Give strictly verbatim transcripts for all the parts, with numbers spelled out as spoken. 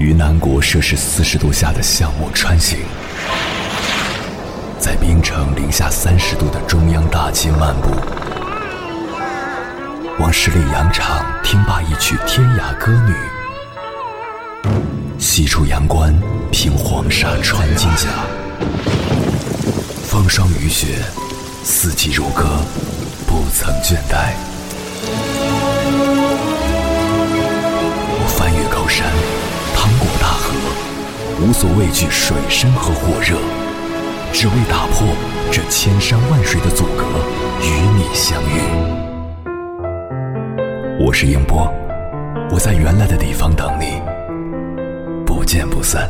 于南国摄氏四十度下的项目穿行，在冰城零下三十度的中央大街漫步，往十里洋场听罢一曲天涯歌女，西出阳关凭黄沙穿金甲，风霜雨雪，四季如歌，不曾倦怠。我翻越高山，趟过大河，无所畏惧水深和火热，只为打破这千山万水的阻隔，与你相遇。我是英波，我在原来的地方等你，不见不散。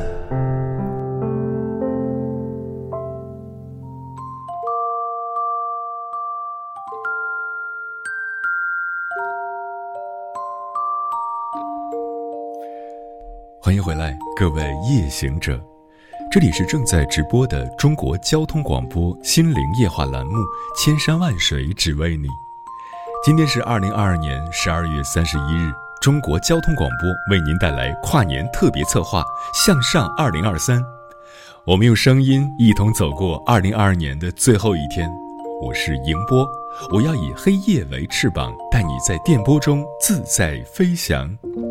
欢迎回来，各位夜行者，这里是正在直播的中国交通广播心灵夜话栏目《千山万水只为你》。今天是二零二二年十二月三十一日，中国交通广播为您带来跨年特别策划《向上二零二三》。我们用声音一同走过二零二二年的最后一天。我是迎波，我要以黑夜为翅膀，带你在电波中自在飞翔。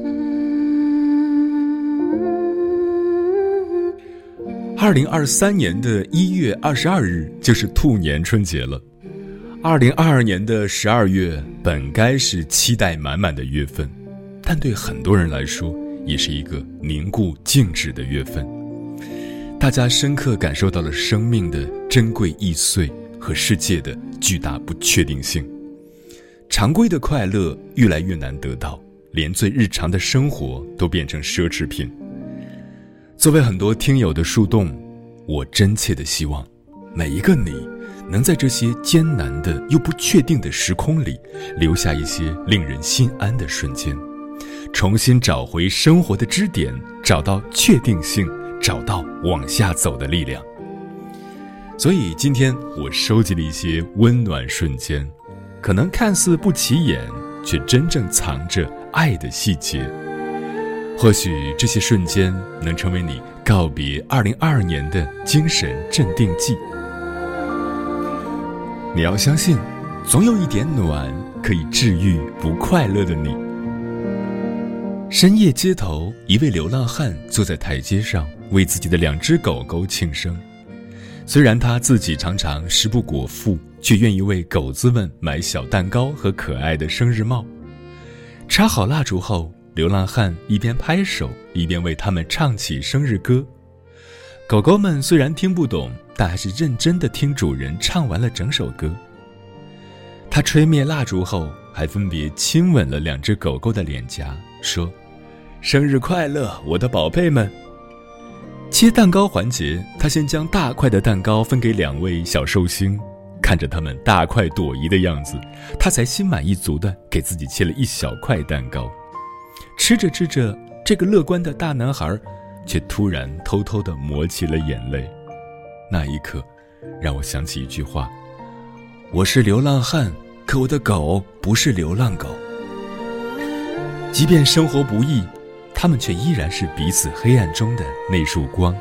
二零二三年的一月二十二日就是兔年春节了。二零二二年的十二月本该是期待满满的月份，但对很多人来说也是一个凝固静止的月份。大家深刻感受到了生命的珍贵易碎和世界的巨大不确定性。常规的快乐越来越难得到，连最日常的生活都变成奢侈品。作为很多听友的树洞，我真切地希望每一个你能在这些艰难的又不确定的时空里留下一些令人心安的瞬间，重新找回生活的支点，找到确定性，找到往下走的力量。所以今天我收集了一些温暖瞬间，可能看似不起眼，却真正藏着爱的细节。或许这些瞬间能成为你告别二零二二年的精神镇定剂。你要相信，总有一点暖可以治愈不快乐的你。深夜街头，一位流浪汉坐在台阶上，为自己的两只狗狗庆生。虽然他自己常常食不果腹，却愿意为狗子们买小蛋糕和可爱的生日帽。插好蜡烛后，流浪汉一边拍手，一边为他们唱起生日歌。狗狗们虽然听不懂，但还是认真地听主人唱完了整首歌。他吹灭蜡烛后，还分别亲吻了两只狗狗的脸颊，说：“生日快乐，我的宝贝们！”切蛋糕环节，他先将大块的蛋糕分给两位小寿星，看着他们大快朵颐的样子，他才心满意足地给自己切了一小块蛋糕。吃着吃着，这个乐观的大男孩却突然偷偷地抹起了眼泪。那一刻让我想起一句话：我是流浪汉，可我的狗不是流浪狗。即便生活不易，他们却依然是彼此黑暗中的那束光。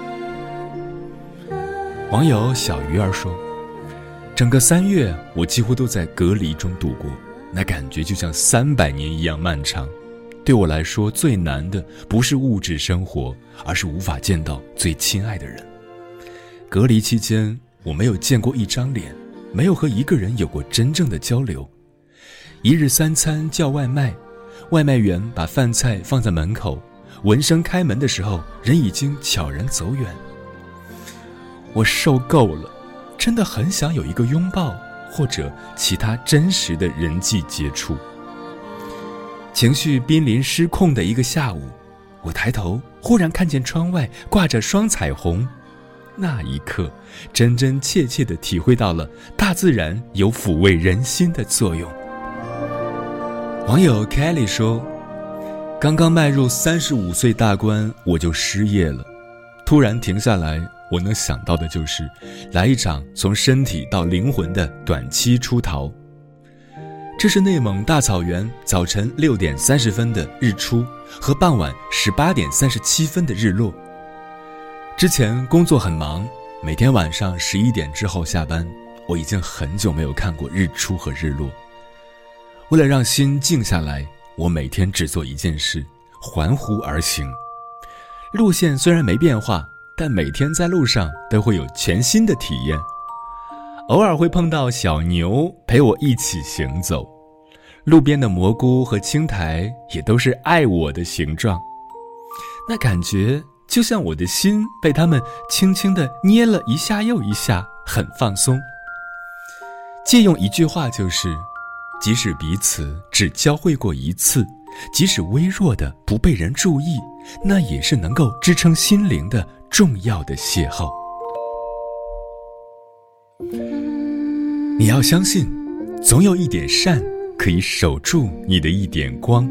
网友小鱼儿说，整个三月我几乎都在隔离中度过，那感觉就像三百年一样漫长。对我来说，最难的不是物质生活，而是无法见到最亲爱的人。隔离期间，我没有见过一张脸，没有和一个人有过真正的交流。一日三餐叫外卖，外卖员把饭菜放在门口，闻声开门的时候，人已经悄然走远。我受够了，真的很想有一个拥抱，或者其他真实的人际接触。情绪濒临失控的一个下午，我抬头忽然看见窗外挂着双彩虹，那一刻真真切切地体会到了大自然有抚慰人心的作用。网友 Kelly 说，刚刚迈入三十五岁大关，我就失业了。突然停下来，我能想到的就是来一场从身体到灵魂的短期出逃。 这是内蒙大草原早晨六点三十分的日出和傍晚十八点三十七分的日落。之前工作很忙，每天晚上十一点之后下班，我已经很久没有看过日出和日落。为了让心静下来，我每天只做一件事，环湖而行。路线虽然没变化，但每天在路上都会有全新的体验。偶尔会碰到小牛陪我一起行走，路边的蘑菇和青苔也都是爱我的形状，那感觉就像我的心被它们轻轻地捏了一下又一下，很放松。借用一句话就是，即使彼此只交汇过一次，即使微弱的不被人注意，那也是能够支撑心灵的重要的邂逅。你要相信，总有一点善可以守住你的一点光。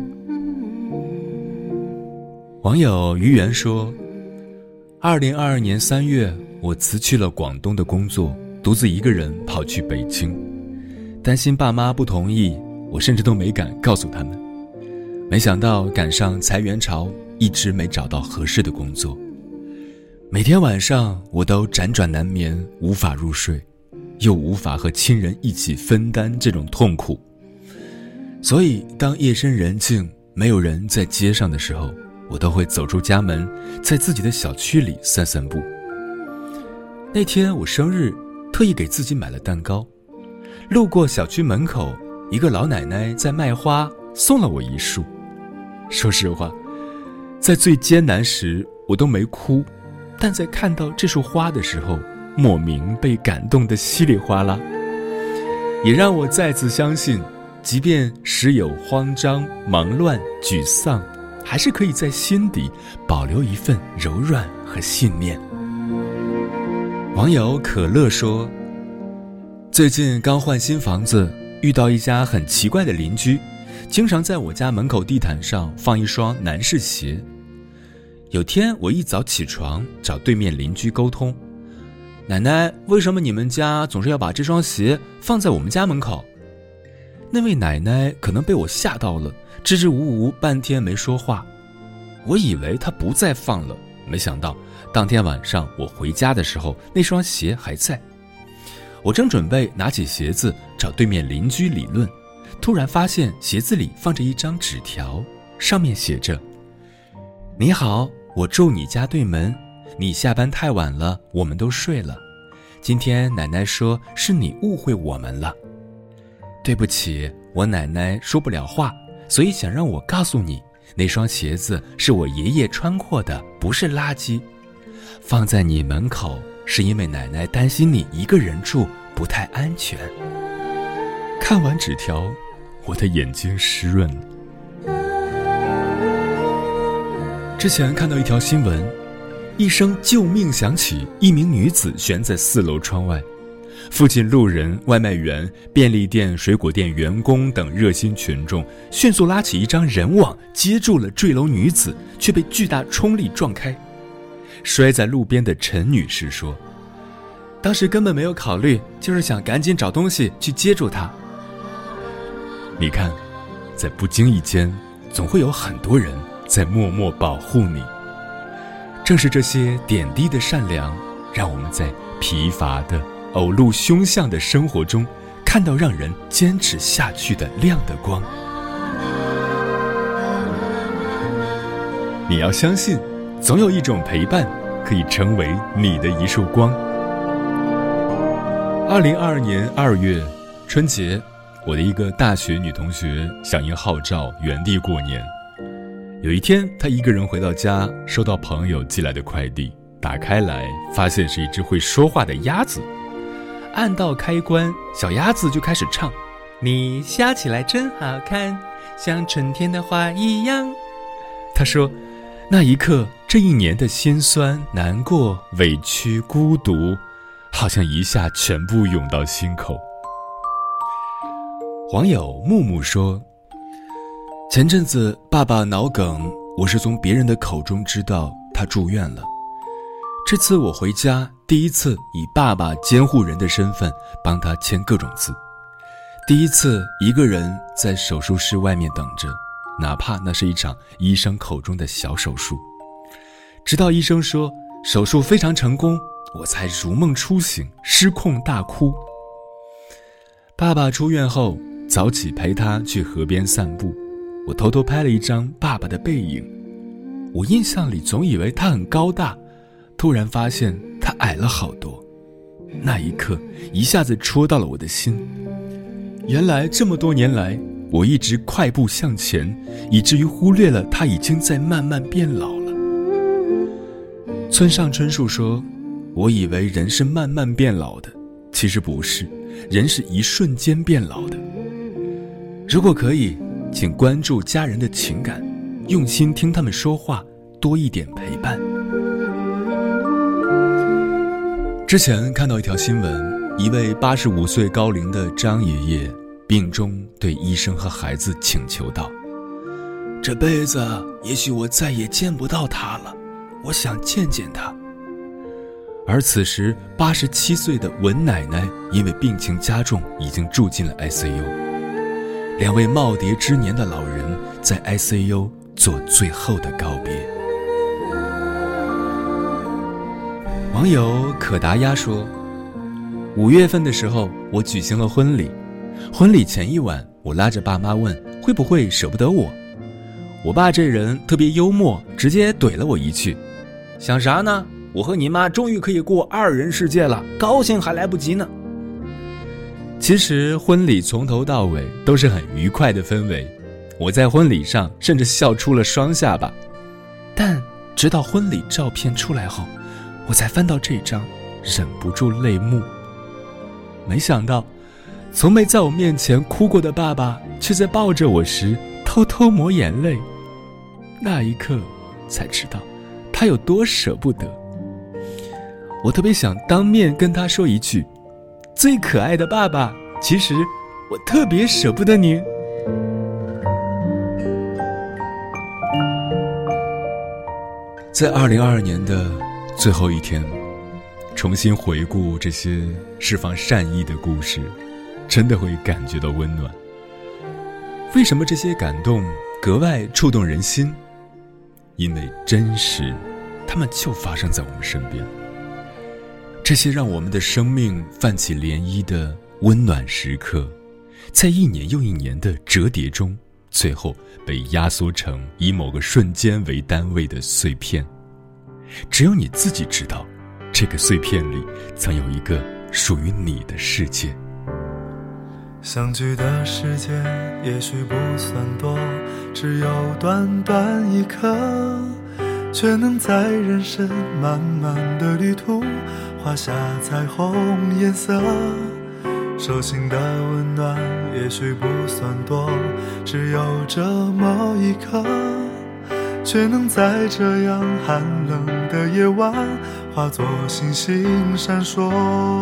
网友于元说，二零二二年三月，我辞去了广东的工作，独自一个人跑去北京。担心爸妈不同意，我甚至都没敢告诉他们。没想到赶上裁员潮，一直没找到合适的工作。每天晚上我都辗转难眠，无法入睡，又无法和亲人一起分担这种痛苦。所以当夜深人静，没有人在街上的时候，我都会走出家门，在自己的小区里散散步。那天我生日，特意给自己买了蛋糕。路过小区门口，一个老奶奶在卖花，送了我一束。说实话，在最艰难时我都没哭，但在看到这束花的时候，莫名被感动得稀里哗啦，也让我再次相信，即便时有慌张、忙乱、沮丧，还是可以在心底保留一份柔软和信念。网友可乐说，最近刚换新房子，遇到一家很奇怪的邻居，经常在我家门口地毯上放一双男士鞋。有天我一早起床找对面邻居沟通，奶奶，为什么你们家总是要把这双鞋放在我们家门口？那位奶奶可能被我吓到了，支支吾吾半天没说话。我以为她不再放了，没想到当天晚上我回家的时候，那双鞋还在。我正准备拿起鞋子找对面邻居理论，突然发现鞋子里放着一张纸条，上面写着：你好，我住你家对门，你下班太晚了，我们都睡了。今天奶奶说是你误会我们了。对不起，我奶奶说不了话，所以想让我告诉你，那双鞋子是我爷爷穿过的，不是垃圾。放在你门口，是因为奶奶担心你一个人住不太安全。看完纸条，我的眼睛湿润了。之前看到一条新闻，一声救命响起，一名女子悬在四楼窗外，附近路人、外卖员、便利店、水果店员工等热心群众迅速拉起一张人网，接住了坠楼女子，却被巨大冲力撞开。摔在路边的陈女士说，当时根本没有考虑，就是想赶紧找东西去接住她。你看，在不经意间，总会有很多人在默默保护你。正是这些点滴的善良，让我们在疲乏的偶路凶相的生活中，看到让人坚持下去的亮的光。你要相信，总有一种陪伴可以成为你的一束光。二零二二年二月春节，我的一个大学女同学响应号召原地过年。有一天，她一个人回到家，收到朋友寄来的快递，打开来发现是一只会说话的鸭子。按到开关，小鸭子就开始唱：你笑起来真好看，像春天的花一样。她说，那一刻，这一年的辛酸、难过、委屈、孤独，好像一下全部涌到心口。网友木木说，前阵子爸爸脑梗，我是从别人的口中知道他住院了。这次我回家，第一次以爸爸监护人的身份帮他签各种字。 第一次一个人在手术室外面等着，哪怕那是一场医生口中的小手术，直到医生说手术非常成功，我才如梦初醒，失控大哭。爸爸出院后，早起陪他去河边散步，我偷偷拍了一张爸爸的背影。我印象里总以为他很高大，突然发现他矮了好多。那一刻一下子戳到了我的心，原来这么多年来我一直快步向前，以至于忽略了他已经在慢慢变老了。村上春树说，我以为人是慢慢变老的，其实不是，人是一瞬间变老的。如果可以，请关注家人的情感，用心听他们说话，多一点陪伴。之前看到一条新闻，一位八十五岁高龄的张爷爷病中对医生和孩子请求道，这辈子也许我再也见不到他了，我想见见他。而此时八十七岁的文奶奶因为病情加重，已经住进了 I C U。 两位耄耋之年的老人在 I C U 做最后的告别。网友可达鸭说，五月份的时候我举行了婚礼，婚礼前一晚我拉着爸妈问会不会舍不得我，我爸这人特别幽默，直接怼了我一句，想啥呢，我和你妈终于可以过二人世界了，高兴还来不及呢。其实婚礼从头到尾都是很愉快的氛围，我在婚礼上甚至笑出了双下巴，但直到婚礼照片出来后，我才翻到这张，忍不住泪目。没想到从没在我面前哭过的爸爸，却在抱着我时偷偷抹眼泪。那一刻才知道他有多舍不得。我特别想当面跟他说一句，最可爱的爸爸，其实我特别舍不得您。在二零二二年的最后一天，重新回顾这些释放善意的故事，真的会感觉到温暖。为什么这些感动格外触动人心？因为真实，它们就发生在我们身边。这些让我们的生命泛起涟漪的温暖时刻，在一年又一年的折叠中，最后被压缩成以某个瞬间为单位的碎片。只有你自己知道，这个碎片里曾有一个属于你的世界。 相聚的时间也许不算多，只有短短一刻，却能在人生漫漫的旅途画下彩虹颜色。手心的温暖也许不算多，只有这么一刻，却能在这样寒冷的夜晚化作星星闪烁。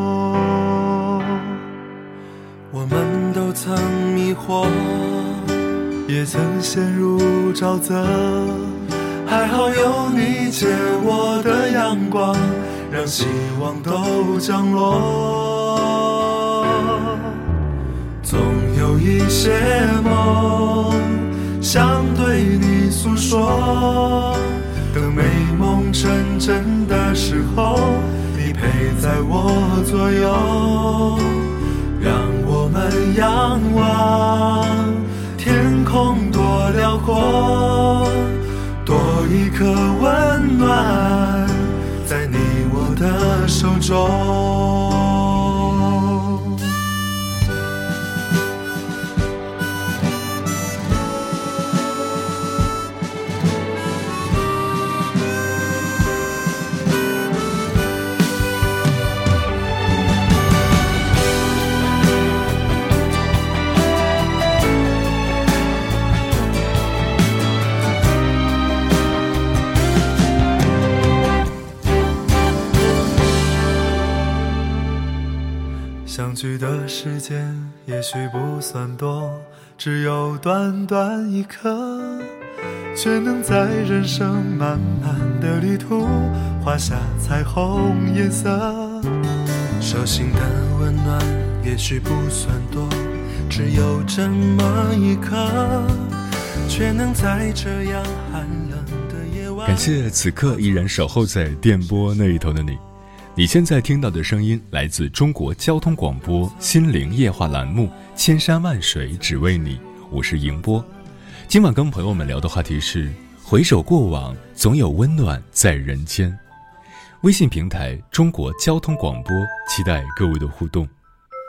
我们都曾迷惑，也曾陷入沼泽，还好有你借我的阳光，让希望都降落。总有一些梦想对你诉说，等美梦成真的时候，你陪在我左右，让我们仰望天空多辽阔，多一颗温暖在你我的手中。相聚的时间也许不算多，只有短短一刻，却能在人生漫漫的旅途画下彩虹颜色。手心的温暖也许不算多，只只有这么一刻，却能在这样寒冷的夜晚。 感谢此刻依然守候在电波那一头的你。你现在听到的声音来自中国交通广播心灵夜话栏目《千山万水只为你》，我是迎波。今晚跟朋友们聊的话题是回首过往，总有温暖在人间。微信平台中国交通广播，期待各位的互动。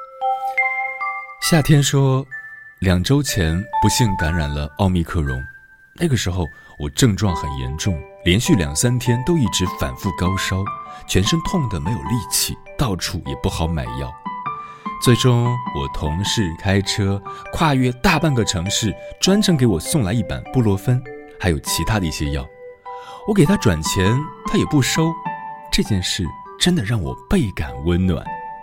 夏天说，两周前不幸感染了奥密克戎，那个时候我症状很严重，连续两三天都一直反复高烧，全身痛得没有力气，到处也不好买药。最终我同事开车跨越大半个城市，专程给我送来一板布洛芬，还有其他的一些药。我给他转钱，他也不收。这件事真的让我倍感温暖。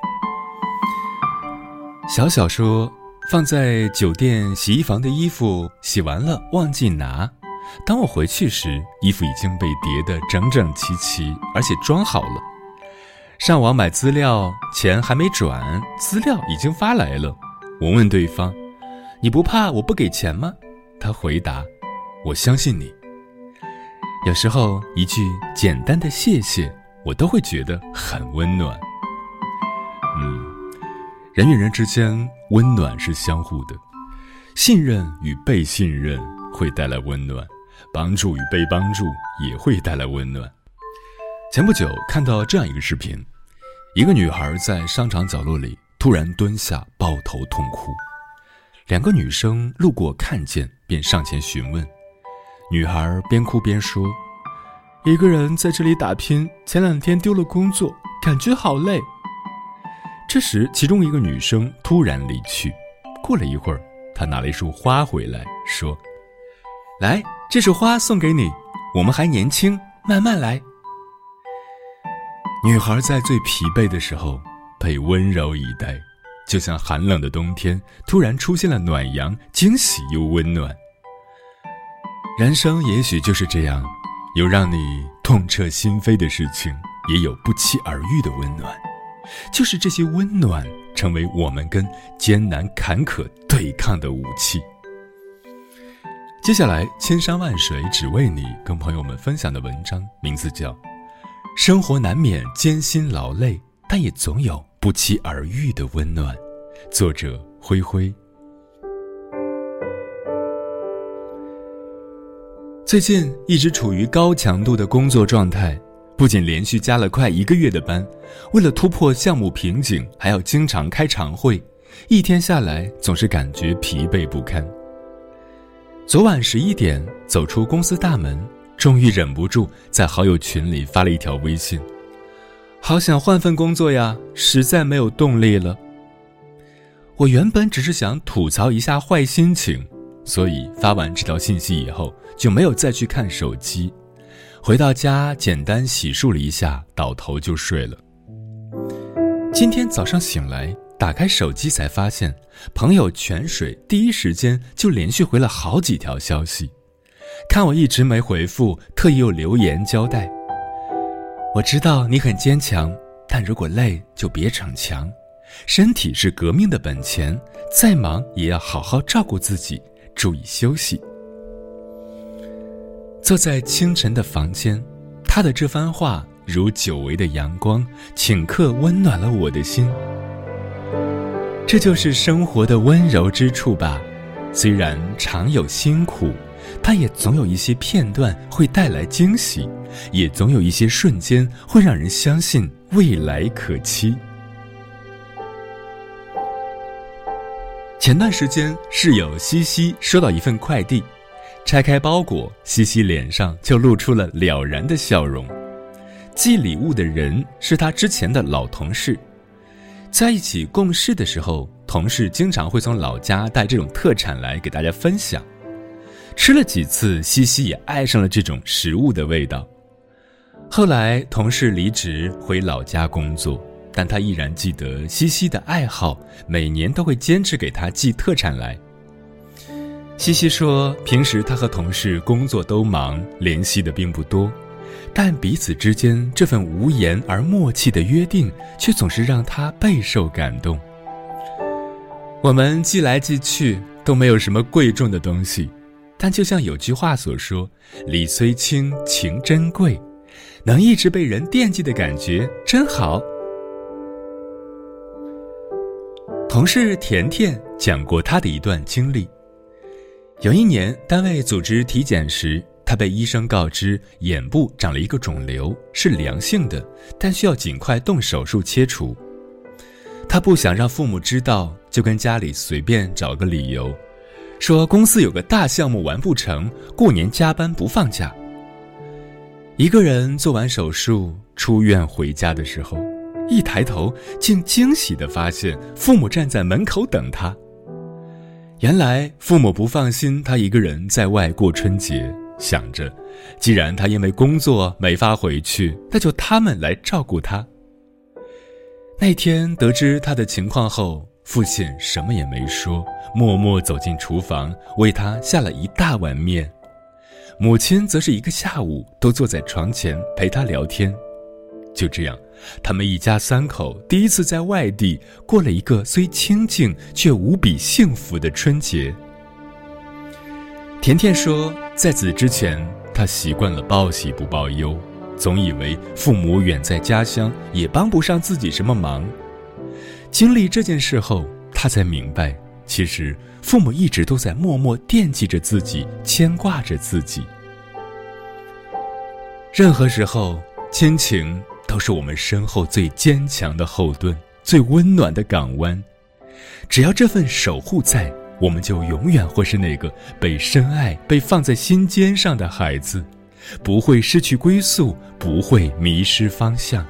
小小说，放在酒店洗衣房的衣服洗完了忘记拿，当我回去时，衣服已经被叠得整整齐齐，而且装好了。上网买资料，钱还没转，资料已经发来了。我问对方，你不怕我不给钱吗？他回答，我相信你。有时候一句简单的谢谢，我都会觉得很温暖。嗯，人与人之间温暖是相互的，信任与被信任会带来温暖，帮助与被帮助也会带来温暖。前不久看到这样一个视频，一个女孩在商场角落里突然蹲下抱头痛哭，两个女生路过看见便上前询问，女孩边哭边说，一个人在这里打拼，前两天丢了工作，感觉好累。这时其中一个女生突然离去，过了一会儿，她拿了一束花回来说，来，这束花送给你，我们还年轻，慢慢来。女孩在最疲惫的时候被温柔以待，就像寒冷的冬天突然出现了暖阳，惊喜又温暖。人生也许就是这样，有让你痛彻心扉的事情，也有不期而遇的温暖，就是这些温暖成为我们跟艰难坎坷对抗的武器。接下来千山万水只为你跟朋友们分享的文章名字叫生活难免艰辛劳累，但也总有不期而遇的温暖，作者灰灰。最近一直处于高强度的工作状态，不仅连续加了快一个月的班，为了突破项目瓶颈，还要经常开常会，一天下来总是感觉疲惫不堪。昨晚十一点走出公司大门，终于忍不住在好友群里发了一条微信，好想换份工作呀，实在没有动力了。我原本只是想吐槽一下坏心情，所以发完这条信息以后就没有再去看手机，回到家简单洗漱了一下，倒头就睡了。今天早上醒来，打开手机才发现朋友泉水第一时间就连续回了好几条消息，看我一直没回复，特意又留言交代，我知道你很坚强，但如果累就别逞强，身体是革命的本钱，再忙也要好好照顾自己，注意休息。坐在清晨的房间，他的这番话如久违的阳光，顷刻温暖了我的心。这就是生活的温柔之处吧，虽然常有辛苦，但也总有一些片段会带来惊喜，也总有一些瞬间会让人相信未来可期。前段时间，室友西西收到一份快递，拆开包裹，西西脸上就露出了了然的笑容。寄礼物的人是他之前的老同事，在一起共事的时候，同事经常会从老家带这种特产来给大家分享。吃了几次，西西也爱上了这种食物的味道。后来同事离职回老家工作，但他依然记得西西的爱好，每年都会坚持给他寄特产来。西西说，平时他和同事工作都忙，联系的并不多，但彼此之间这份无言而默契的约定，却总是让他备受感动。 我们寄来寄去都没有什么贵重的东西，但就像有句话所说，礼虽轻，情真贵，能一直被人惦记的感觉真好。同事甜甜讲过她的一段经历。有一年单位组织体检时，她被医生告知眼部长了一个肿瘤，是良性的，但需要尽快动手术切除。她不想让父母知道，就跟家里随便找个理由，说公司有个大项目完不成，过年加班不放假。一个人做完手术出院回家的时候，一抬头竟惊喜地发现父母站在门口等他。原来父母不放心他一个人在外过春节，想着既然他因为工作没法回去，那就他们来照顾他。那天得知他的情况后，父亲什么也没说，默默走进厨房为他下了一大碗面。母亲则是一个下午都坐在床前陪他聊天。就这样，他们一家三口第一次在外地过了一个虽清静却无比幸福的春节。甜甜说，在此之前她习惯了报喜不报忧，总以为父母远在家乡也帮不上自己什么忙。经历这件事后，她才明白，其实父母一直都在默默惦记着自己，牵挂着自己。任何时候，亲情都是我们身后最坚强的后盾，最温暖的港湾。只要这份守护在，我们就永远会是那个被深爱、被放在心尖上的孩子，不会失去归宿，不会迷失方向。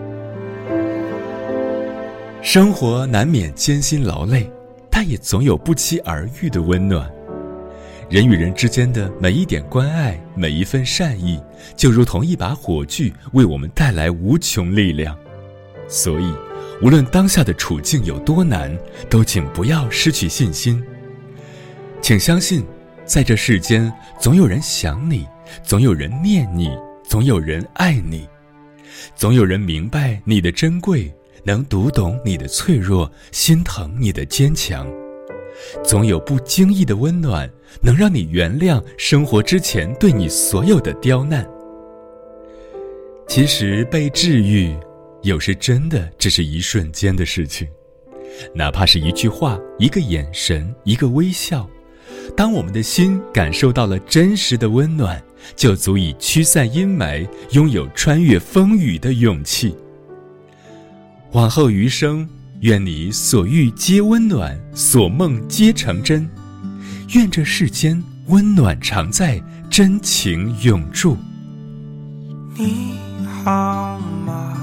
生活难免艰辛劳累，但也总有不期而遇的温暖。人与人之间的每一点关爱，每一份善意，就如同一把火炬，为我们带来无穷力量。所以无论当下的处境有多难，都请不要失去信心。请相信，在这世间总有人想你，总有人念你，总有人爱你，总有人明白你的珍贵，能读懂你的脆弱，心疼你的坚强。总有不经意的温暖，能让你原谅生活之前对你所有的刁难。其实被治愈，有时真的只是一瞬间的事情，哪怕是一句话，一个眼神，一个微笑，当我们的心感受到了真实的温暖，就足以驱散阴霾，拥有穿越风雨的勇气。往后余生，愿你所遇皆温暖，所梦皆成真。愿这世间温暖常在，真情永驻。 你好吗？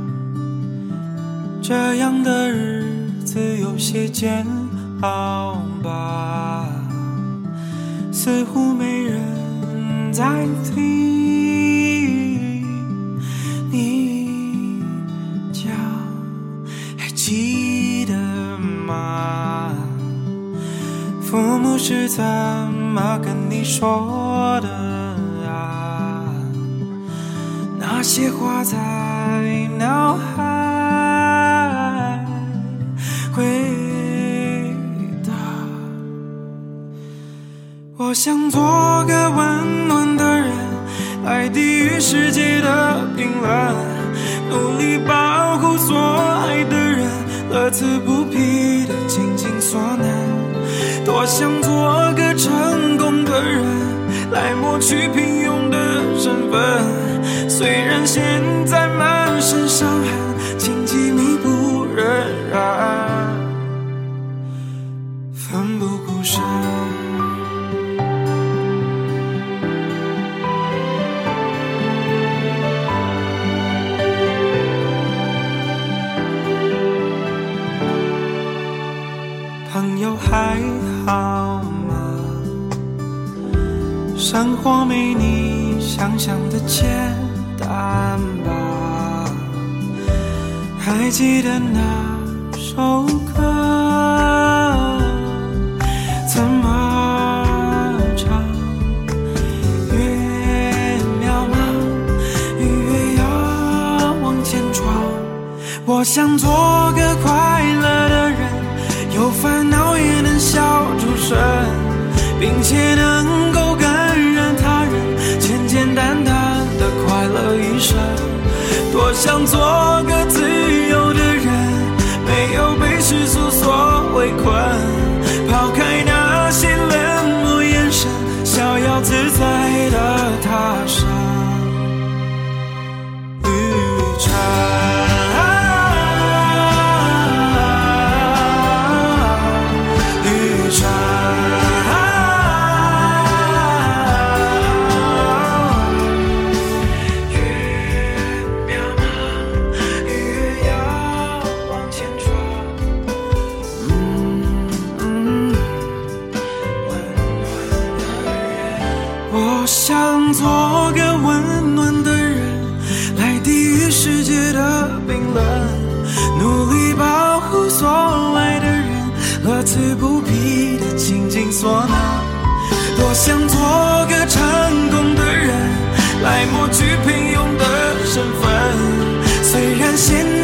这样的日子有些煎熬吧，似乎没人在听你讲，还记得吗？父母是怎么跟你说的啊？那些话在脑海回答。我想做个温暖的人，来抵御世界的冰冷，努力保护所爱的人，乐此不疲的尽尽所能。多想做个成功的人，来抹去平庸的身份。虽然现在满身伤痕，请记密不忍然，奋不顾身。朋友还好吗？生活没你想象的简单吧？还记得那首歌怎么唱？越渺茫，越要往前闯。我想做个快乐的人，有烦恼笑出声，并且能够感染他人，简简单单的快乐一生。多想做个自由的人，没有被世俗所围困，抛开那些冷漠眼神，逍遥自在的踏上旅程。我想做个温暖的人，来抵御世界的冰冷，努力保护所爱的人，乐此不疲的倾尽所能。多想做个成功的人，来抹去平庸的身份，虽然现